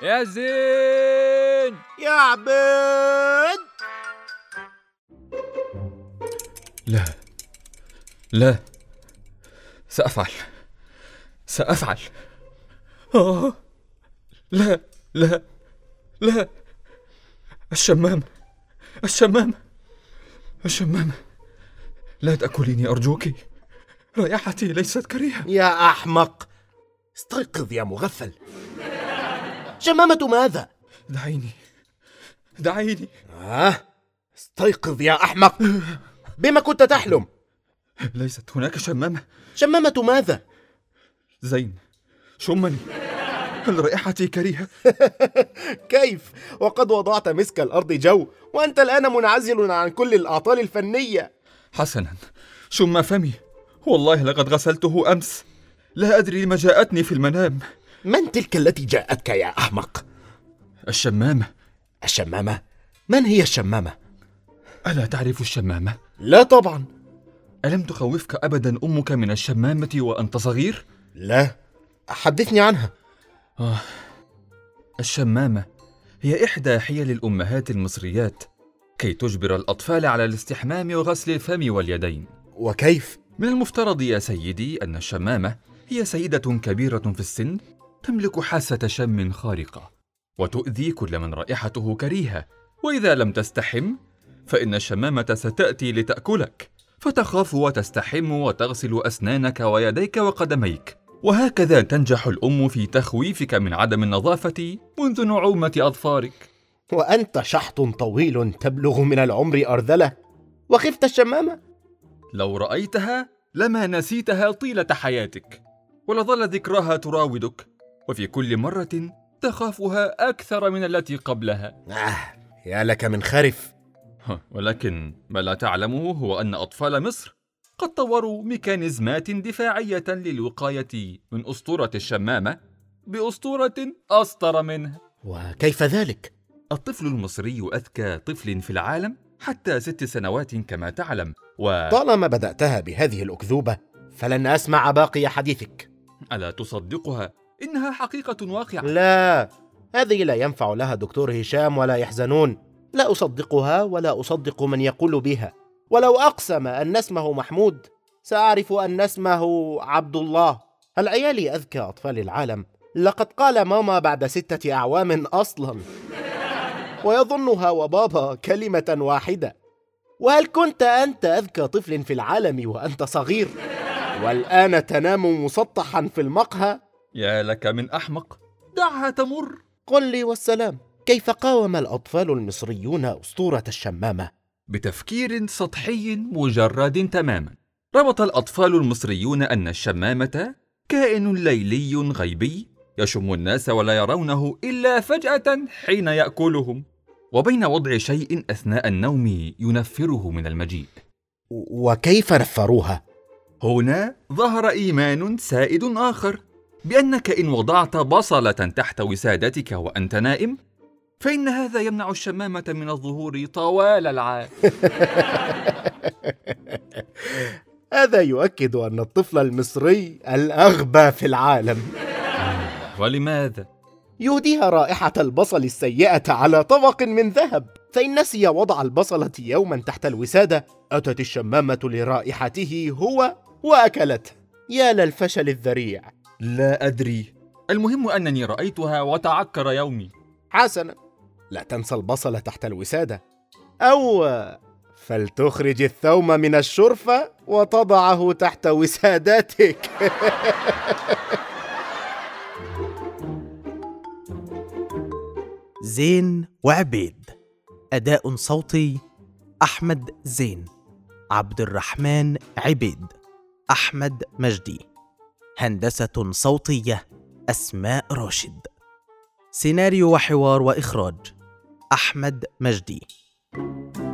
يا زين يا عبيد. لا لا، سأفعل. لا لا لا، الشمامة، لا تأكليني أرجوك، رائحتي ليست كريهة. يا أحمق، استيقظ يا مغفل. شمامة ماذا؟ دعيني. استيقظ يا أحمق، بما كنت تحلم؟ ليست هناك شمامة. شمامة ماذا؟ زين، شمني، هل رائحتي كريهة؟ كيف وقد وضعت مسك الأرض جو، وأنت الآن منعزل عن كل الأعطال الفنية؟ حسنا، شم فمي، والله لقد غسلته أمس، لا أدري ما جاءتني في المنام. من تلك التي جاءتك يا أحمق؟ الشمامة. الشمامة؟ من هي الشمامة؟ ألا تعرف الشمامة؟ لا طبعا. ألم تخوفك أبدا أمك من الشمامة وأنت صغير؟ لا، حدثني عنها. الشمامة هي إحدى حيل الأمهات المصريات كي تجبر الأطفال على الاستحمام وغسل الفم واليدين. وكيف؟ من المفترض يا سيدي أن الشمامة هي سيدة كبيرة في السن تملك حاسة شم خارقة، وتؤذي كل من رائحته كريهة، وإذا لم تستحم فإن الشمامة ستأتي لتأكلك، فتخاف وتستحم وتغسل أسنانك ويديك وقدميك، وهكذا تنجح الأم في تخويفك من عدم النظافة منذ نعومة أظفارك. وأنت شحط طويل تبلغ من العمر أرذلة، وخفت الشمامة؟ لو رأيتها لما نسيتها طيلة حياتك، ولظل ذكراها تراودك، وفي كل مرة تخافها أكثر من التي قبلها. يا لك من خرف. ولكن ما لا تعلمه هو أن أطفال مصر قد طوروا ميكانيزمات دفاعية للوقاية من أسطورة الشمامة بأسطورة أسطر منها. وكيف ذلك؟ الطفل المصري أذكى طفل في العالم حتى 6 سنوات كما تعلم، طالما بدأتها بهذه الأكذوبة فلن أسمع باقي حديثك. ألا تصدقها؟ إنها حقيقة واقعة. لا، هذه لا ينفع لها دكتور هشام ولا يحزنون. لا أصدقها ولا أصدق من يقول بها، ولو أقسم أن اسمه محمود سأعرف أن اسمه عبد الله. العيال أذكى أطفال العالم، لقد قال ماما بعد 6 أعوام أصلا، ويظنها وبابا كلمة واحدة. وهل كنت أنت أذكى طفل في العالم وأنت صغير، والآن تنام مسطحا في المقهى؟ يا لك من أحمق، دعها تمر. قل لي والسلام، كيف قاوم الأطفال المصريون أسطورة الشمامة؟ بتفكير سطحي مجرد تماما. ربط الأطفال المصريون أن الشمامة كائن ليلي غيبي يشم الناس ولا يرونه إلا فجأة حين يأكلهم، وبين وضع شيء أثناء النوم ينفره من المجيء. وكيف نفروها؟ هنا ظهر إيمان سائد آخر، بأنك إن وضعت بصلة تحت وسادتك وأنت نائم فإن هذا يمنع الشمامة من الظهور طوال العام. هذا يؤكد أن الطفل المصري الأغبى في العالم. ولماذا؟ يهديها رائحة البصل السيئة على طبق من ذهب، فإن نسي وضع البصلة يوما تحت الوسادة أتت الشمامة لرائحته هو وأكلته. يا للفشل الذريع. لا أدري، المهم أنني رأيتها وتعكر يومي. حسنا، لا تنسى البصل تحت الوسادة، أو فلتخرج الثوم من الشرفة وتضعه تحت وسادتك. زين وعبيد. أداء صوتي: أحمد زين، عبد الرحمن عبيد، أحمد مجدي. هندسة صوتية: أسماء راشد. سيناريو وحوار وإخراج: أحمد مجدي.